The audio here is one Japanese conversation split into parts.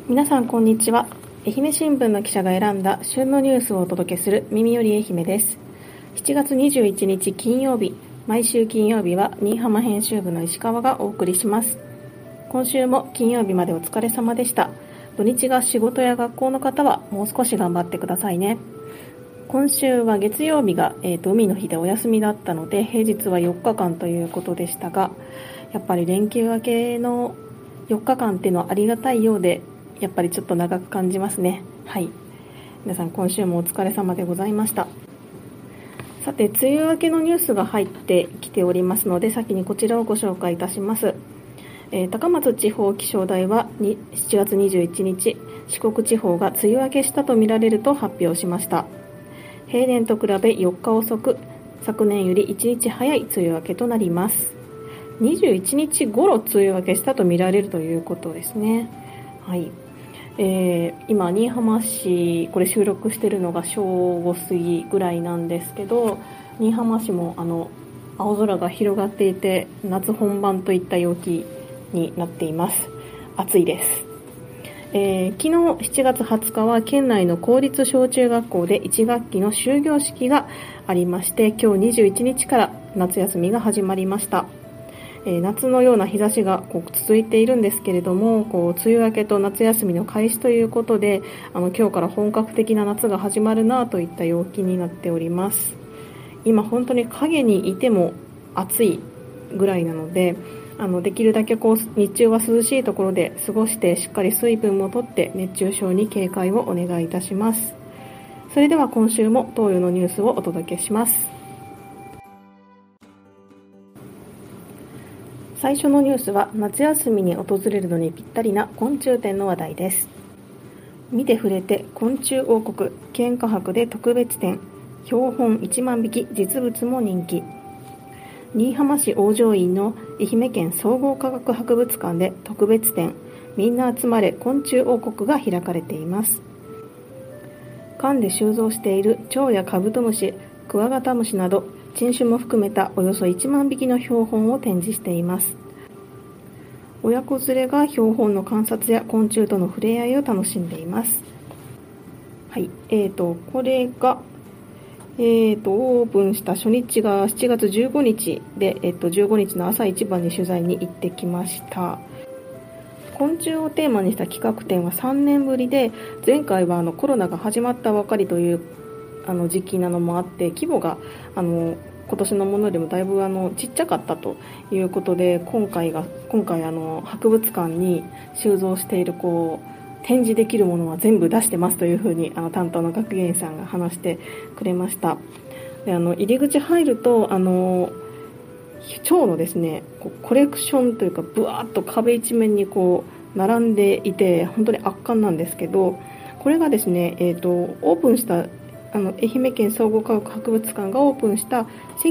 皆さんこんにちは。愛媛新聞の記者が選んだ旬のニュースをお届けする耳より愛媛です。7月21日金曜日、毎週金曜日は新居浜編集部の石川がお送りします。今週も金曜日までお疲れ様でした。土日が仕事や学校の方はもう少し頑張ってくださいね。今週は月曜日が、海の日でお休みだったので、平日は4日間ということでしたが、やっぱり連休明けの4日間っていうのはありがたいようで、やっぱりちょっと長く感じますね。はい。皆さん今週もお疲れ様でございました。さて、梅雨明けのニュースが入ってきておりますので、先にこちらをご紹介いたします。高松地方気象台は7月21日、四国地方が梅雨明けしたとみられると発表しました。平年と比べ4日遅く、昨年より1日早い梅雨明けとなります。21日頃梅雨明けしたとみられるということですね。はい。今新居浜市、これ収録しているのが正午過ぎぐらいなんですけど、新居浜市も青空が広がっていて、夏本番といった陽気になっています。暑いです。昨日7月20日は県内の公立小中学校で1学期の終業式がありまして、今日21日から夏休みが始まりました。夏のような日差しが続いているんですけれども、梅雨明けと夏休みの開始ということで、今日から本格的な夏が始まるなといった陽気になっております。今本当に影にいても暑いぐらいなので、できるだけ日中は涼しいところで過ごして、しっかり水分もとって熱中症に警戒をお願いいたします。それでは今週も東洋のニュースをお届けします。最初のニュースは、夏休みに訪れるのにぴったりな昆虫展の話題です。見て触れて昆虫王国、県科博で特別展、標本1万匹、実物も人気。新居浜市往生院の愛媛県総合科学博物館で特別展、みんな集まれ昆虫王国が開かれています。館で収蔵している蝶やカブトムシ、クワガタムシなど珍種も含めたおよそ1万匹の標本を展示しています。親子連れが標本の観察や昆虫との触れ合いを楽しんでいます。はい、これが、オープンした初日が7月15日で、15日の朝一番に取材に行ってきました。昆虫をテーマにした企画展は3年ぶりで、前回はコロナが始まったばかりという時期なのもあって、規模が今年のものよりもだいぶちっちゃかったということで、今回博物館に収蔵している展示できるものは全部出してますというふうに担当の学芸員さんが話してくれました。で入り口入ると蝶のですねコレクションというか、ブワーッと壁一面に並んでいて、本当に圧巻なんですけど、これがですね、オープンした愛媛県総合科学博物館がオープンした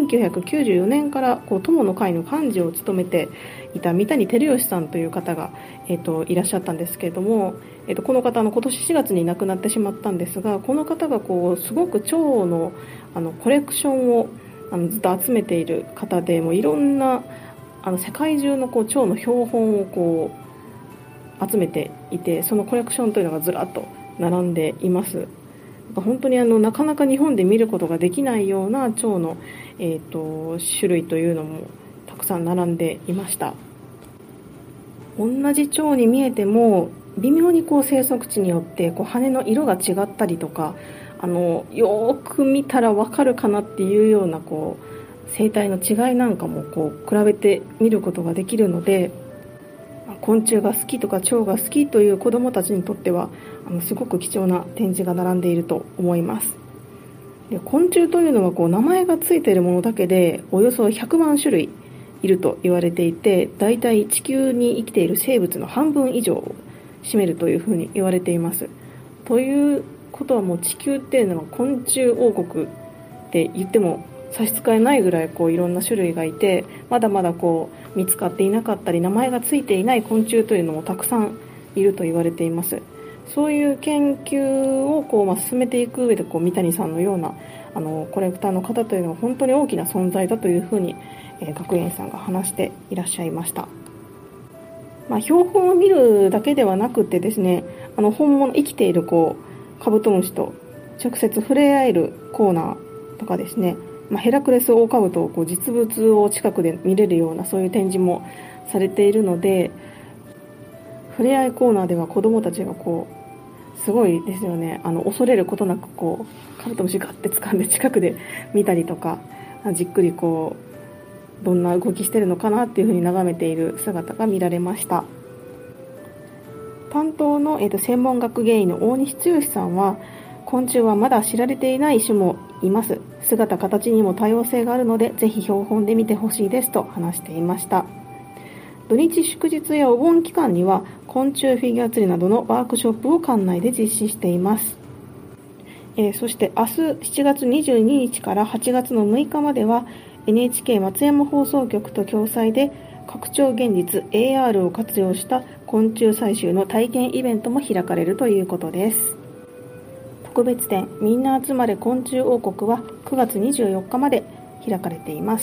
1994年から友の会の幹事を務めていた三谷照義さんという方が、いらっしゃったんですけれども、この方今年4月に亡くなってしまったんですが、この方がすごく蝶のコレクションをずっと集めている方で、もういろんな世界中の蝶の標本を集めていて、そのコレクションというのがずらっと並んでいます。本当になかなか日本で見ることができないような蝶の、種類というのもたくさん並んでいました。同じ蝶に見えても微妙に生息地によって羽の色が違ったりとか、よーく見たらわかるかなっていうような生態の違いなんかも比べて見ることができるので、昆虫が好きとか蝶が好きという子どもたちにとってはすごく貴重な展示が並んでいると思います。で、昆虫というのは名前がついているものだけでおよそ100万種類いると言われていて、だいたい地球に生きている生物の半分以上を占めるというふうに言われています。ということは、もう地球っていうのは昆虫王国って言っても差し支えないぐらいいろんな種類がいて、まだまだ見つかっていなかったり名前がついていない昆虫というのもたくさんいると言われています。そういう研究を進めていく上で三谷さんのようなコレクターの方というのは本当に大きな存在だというふうに学園さんが話していらっしゃいました。 標本を見るだけではなくてですね、本物、生きているカブトムシと直接触れ合えるコーナーとかですね、ヘラクレスオオカブトを実物を近くで見れるようなそういう展示もされているので、触れ合いコーナーでは子どもたちがすごいですよね。恐れることなくカブトムシガッて掴んで近くで見たりとか、じっくりどんな動きしてるのかなっていうふうに眺めている姿が見られました。担当の、専門学芸員の大西剛さんは、昆虫はまだ知られていない種もいます。姿形にも多様性があるので、ぜひ標本で見てほしいですと話していました。土日祝日やお盆期間には昆虫フィギュア釣りなどのワークショップを館内で実施しています。そして明日7月22日から8月の6日までは NHK 松山放送局と共催で拡張現実 AR を活用した昆虫採集の体験イベントも開かれるということです。特別展みんな集まれ昆虫王国は9月24日まで開かれています。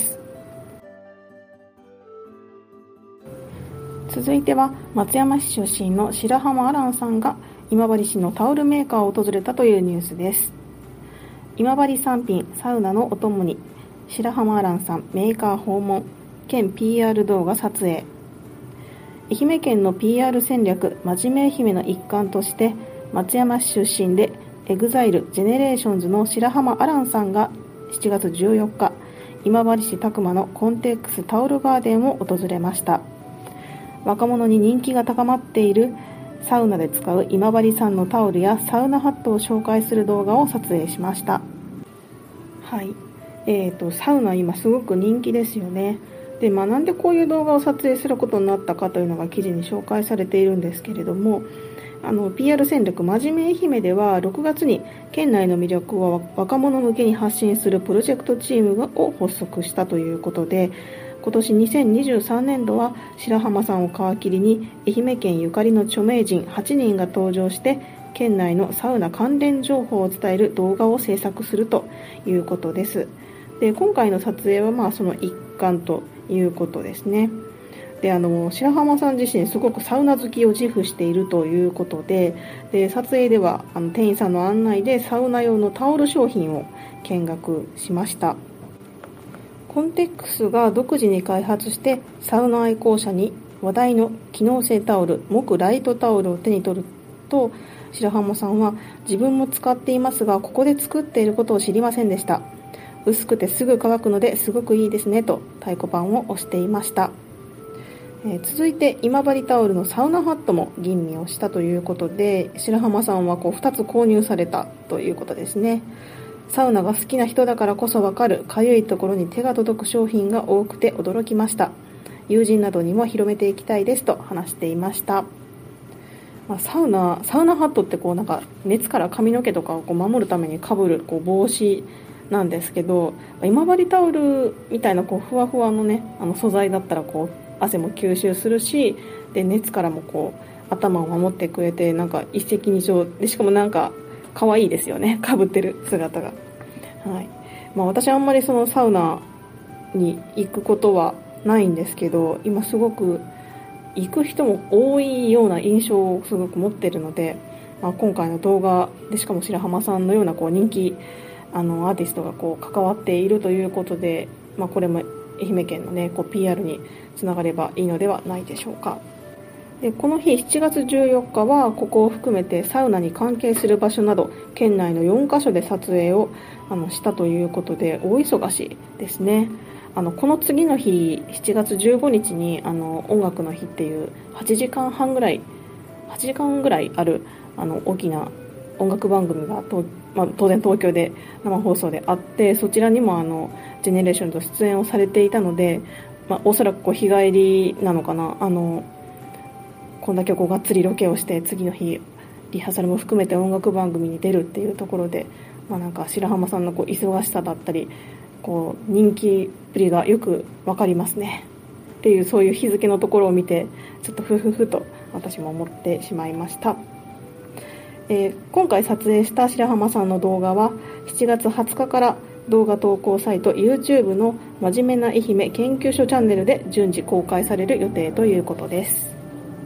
続いては松山市出身の白浜アランさんが今治市のタオルメーカーを訪れたというニュースです。今治産品サウナのお供に白浜アランさんメーカー訪問兼 PR 動画撮影。愛媛県の PR 戦略真面目愛媛の一環として松山市出身でEXILE GENERATIONS の白浜アランさんが7月14日今治市宅間のコンテックスタオルガーデンを訪れました。若者に人気が高まっているサウナで使う今治産のタオルやサウナハットを紹介する動画を撮影しました。はい、サウナ今すごく人気ですよね。で、なんでこういう動画を撮影することになったかというのが記事に紹介されているんですけれども、PR 戦略真面目愛媛では6月に県内の魅力を若者向けに発信するプロジェクトチームを発足したということで、今年2023年度は白浜さんを皮切りに愛媛県ゆかりの著名人8人が登場して県内のサウナ関連情報を伝える動画を制作するということです。で、今回の撮影はその一環ということですね。で、白浜さん自身すごくサウナ好きを自負しているということで、撮影では店員さんの案内でサウナ用のタオル商品を見学しました。コンテックスが独自に開発してサウナ愛好者に話題の機能性タオル木ライトタオルを手に取ると、白浜さんは自分も使っていますがここで作っていることを知りませんでした。薄くてすぐ乾くのですごくいいですねと太鼓判を押していました。続いて今治タオルのサウナハットも吟味をしたということで、白浜さんは2つ購入されたということですね。サウナが好きな人だからこそわかるかゆいところに手が届く商品が多くて驚きました。友人などにも広めていきたいですと話していました。サウナハットって熱から髪の毛とかを守るためにかぶる帽子なんですけど、今治タオルみたいなふわふわのね素材だったら汗も吸収するし、で熱からも頭を守ってくれて一石二鳥で、しかも可愛いですよね、かぶってる姿が。はい。私はあんまりそのサウナに行くことはないんですけど、今すごく行く人も多いような印象をすごく持ってるので、今回の動画でしかも白浜さんのような人気アーティストが関わっているということで、これも愛媛県のねPR につながればいいのではないでしょうか。で、この日7月14日はここを含めてサウナに関係する場所など県内の4カ所で撮影をしたということで大忙しですね。この次の日7月15日に音楽の日っていう8時間ぐらいある大きな音楽番組が当然東京で生放送であって、そちらにもジェネレーションと出演をされていたので、おそらく日帰りなのかな。こんだけがっつりロケをして次の日リハーサルも含めて音楽番組に出るっていうところで、白浜さんの忙しさだったり人気ぶりがよくわかりますねっていう、そういう日付のところを見てちょっとふふふと私も思ってしまいました。今回撮影した白浜さんの動画は7月20日から動画投稿サイト YouTube の真面目な愛媛研究所チャンネルで順次公開される予定ということです。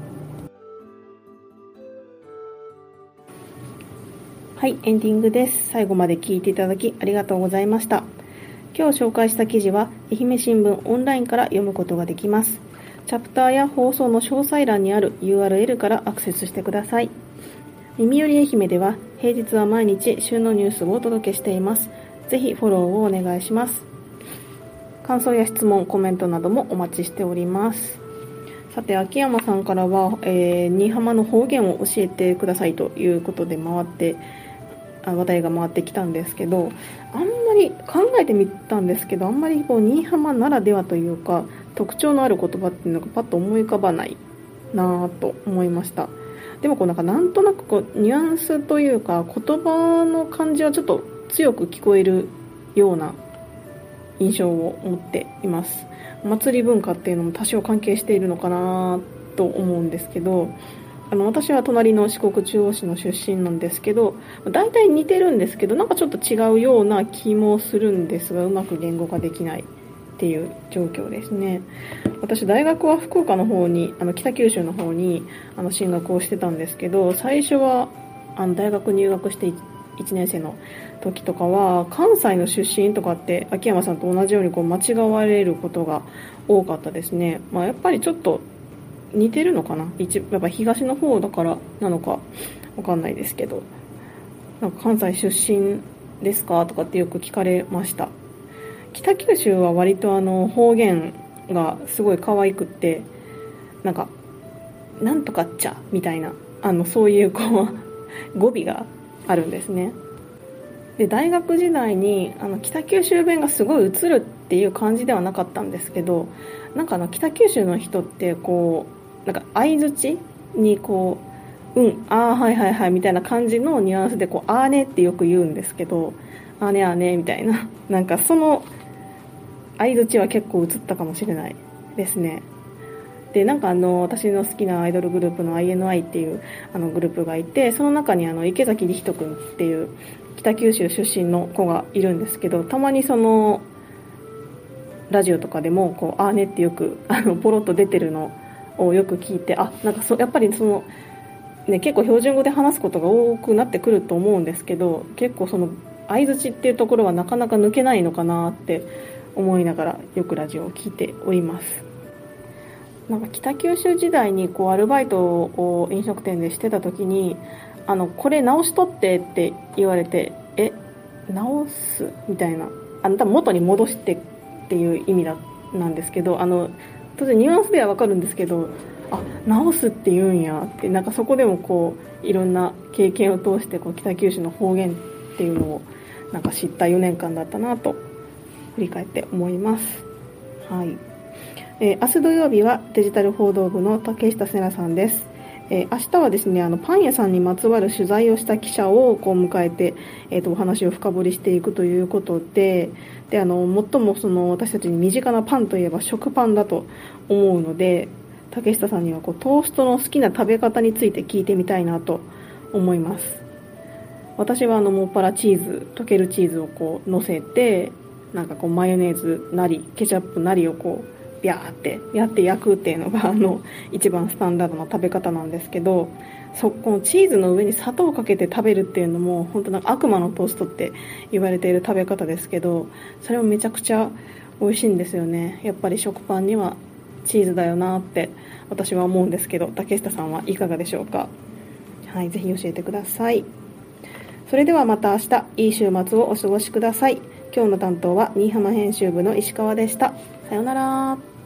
はい、エンディングです。最後まで聞いていただきありがとうございました。今日紹介した記事は愛媛新聞オンラインから読むことができます。チャプターや放送の詳細欄にある URL からアクセスしてください。耳より愛媛では平日は毎日旬のニュースをお届けしています。ぜひフォローをお願いします。感想や質問、コメントなどもお待ちしております。さて、秋山さんからは、新居浜の方言を教えてくださいということで話題が回ってきたんですけど、あんまり考えてみたんですけど、あんまり新居浜ならではというか特徴のある言葉っていうのがパッと思い浮かばないなぁと思いました。でもなんとなくニュアンスというか言葉の感じはちょっと強く聞こえるような印象を持っています。祭り文化っていうのも多少関係しているのかなと思うんですけど、私は隣の四国中央市の出身なんですけど、大体似てるんですけど、なんかちょっと違うような気もするんですが、うまく言語化できないっていう状況ですね。私、大学は福岡の方に、北九州の方に進学をしてたんですけど、最初は大学入学して1年生の時とかは関西の出身とかって秋山さんと同じように間違われることが多かったですね。やっぱりちょっと似てるのかな、やっぱ東の方だからなのかわかんないですけど、なんか関西出身ですかとかってよく聞かれました。北九州は割と方言がすごい可愛くって、なんとかっちゃみたいなそういう語尾があるんですね。で、大学時代に北九州弁がすごい映るっていう感じではなかったんですけど、北九州の人って相づちにあーはいはいはいみたいな感じのニュアンスであーねってよく言うんですけど、あーねあーねみたいなその相づちは結構映ったかもしれないですね。で、私の好きなアイドルグループの INI っていうグループがいて、その中に池崎理人君っていう北九州出身の子がいるんですけど、たまにそのラジオとかでもあーねってよくポロッと出てるのをよく聞いて、やっぱり結構標準語で話すことが多くなってくると思うんですけど、結構その相づちっていうところはなかなか抜けないのかなって思いながらよくラジオを聞いております。北九州時代にアルバイトを飲食店でしてた時にこれ直しとってって言われて、直すみたいな、多分元に戻してっていう意味なんですけど、当然ニュアンスではわかるんですけど、直すって言うんやって、そこでもいろんな経験を通して北九州の方言っていうのを知った4年間だったなと振り返って思います。はい。明日土曜日はデジタル報道部の竹下瀬奈さんです。明日はですね、パン屋さんにまつわる取材をした記者を迎えて、お話を深掘りしていくということで、最も私たちに身近なパンといえば食パンだと思うので、竹下さんにはトーストの好きな食べ方について聞いてみたいなと思います。私はもっぱら溶けるチーズを乗せて、マヨネーズなりケチャップなりをビャーってやって焼くっていうのが一番スタンダードな食べ方なんですけど、このチーズの上に砂糖をかけて食べるっていうのも本当悪魔のトーストって言われている食べ方ですけど、それもめちゃくちゃ美味しいんですよね。やっぱり食パンにはチーズだよなって私は思うんですけど、竹下さんはいかがでしょうか。はい、ぜひ教えてください。それではまた明日、いい週末をお過ごしください。今日の担当は新居浜編集部の石川でした。さようなら。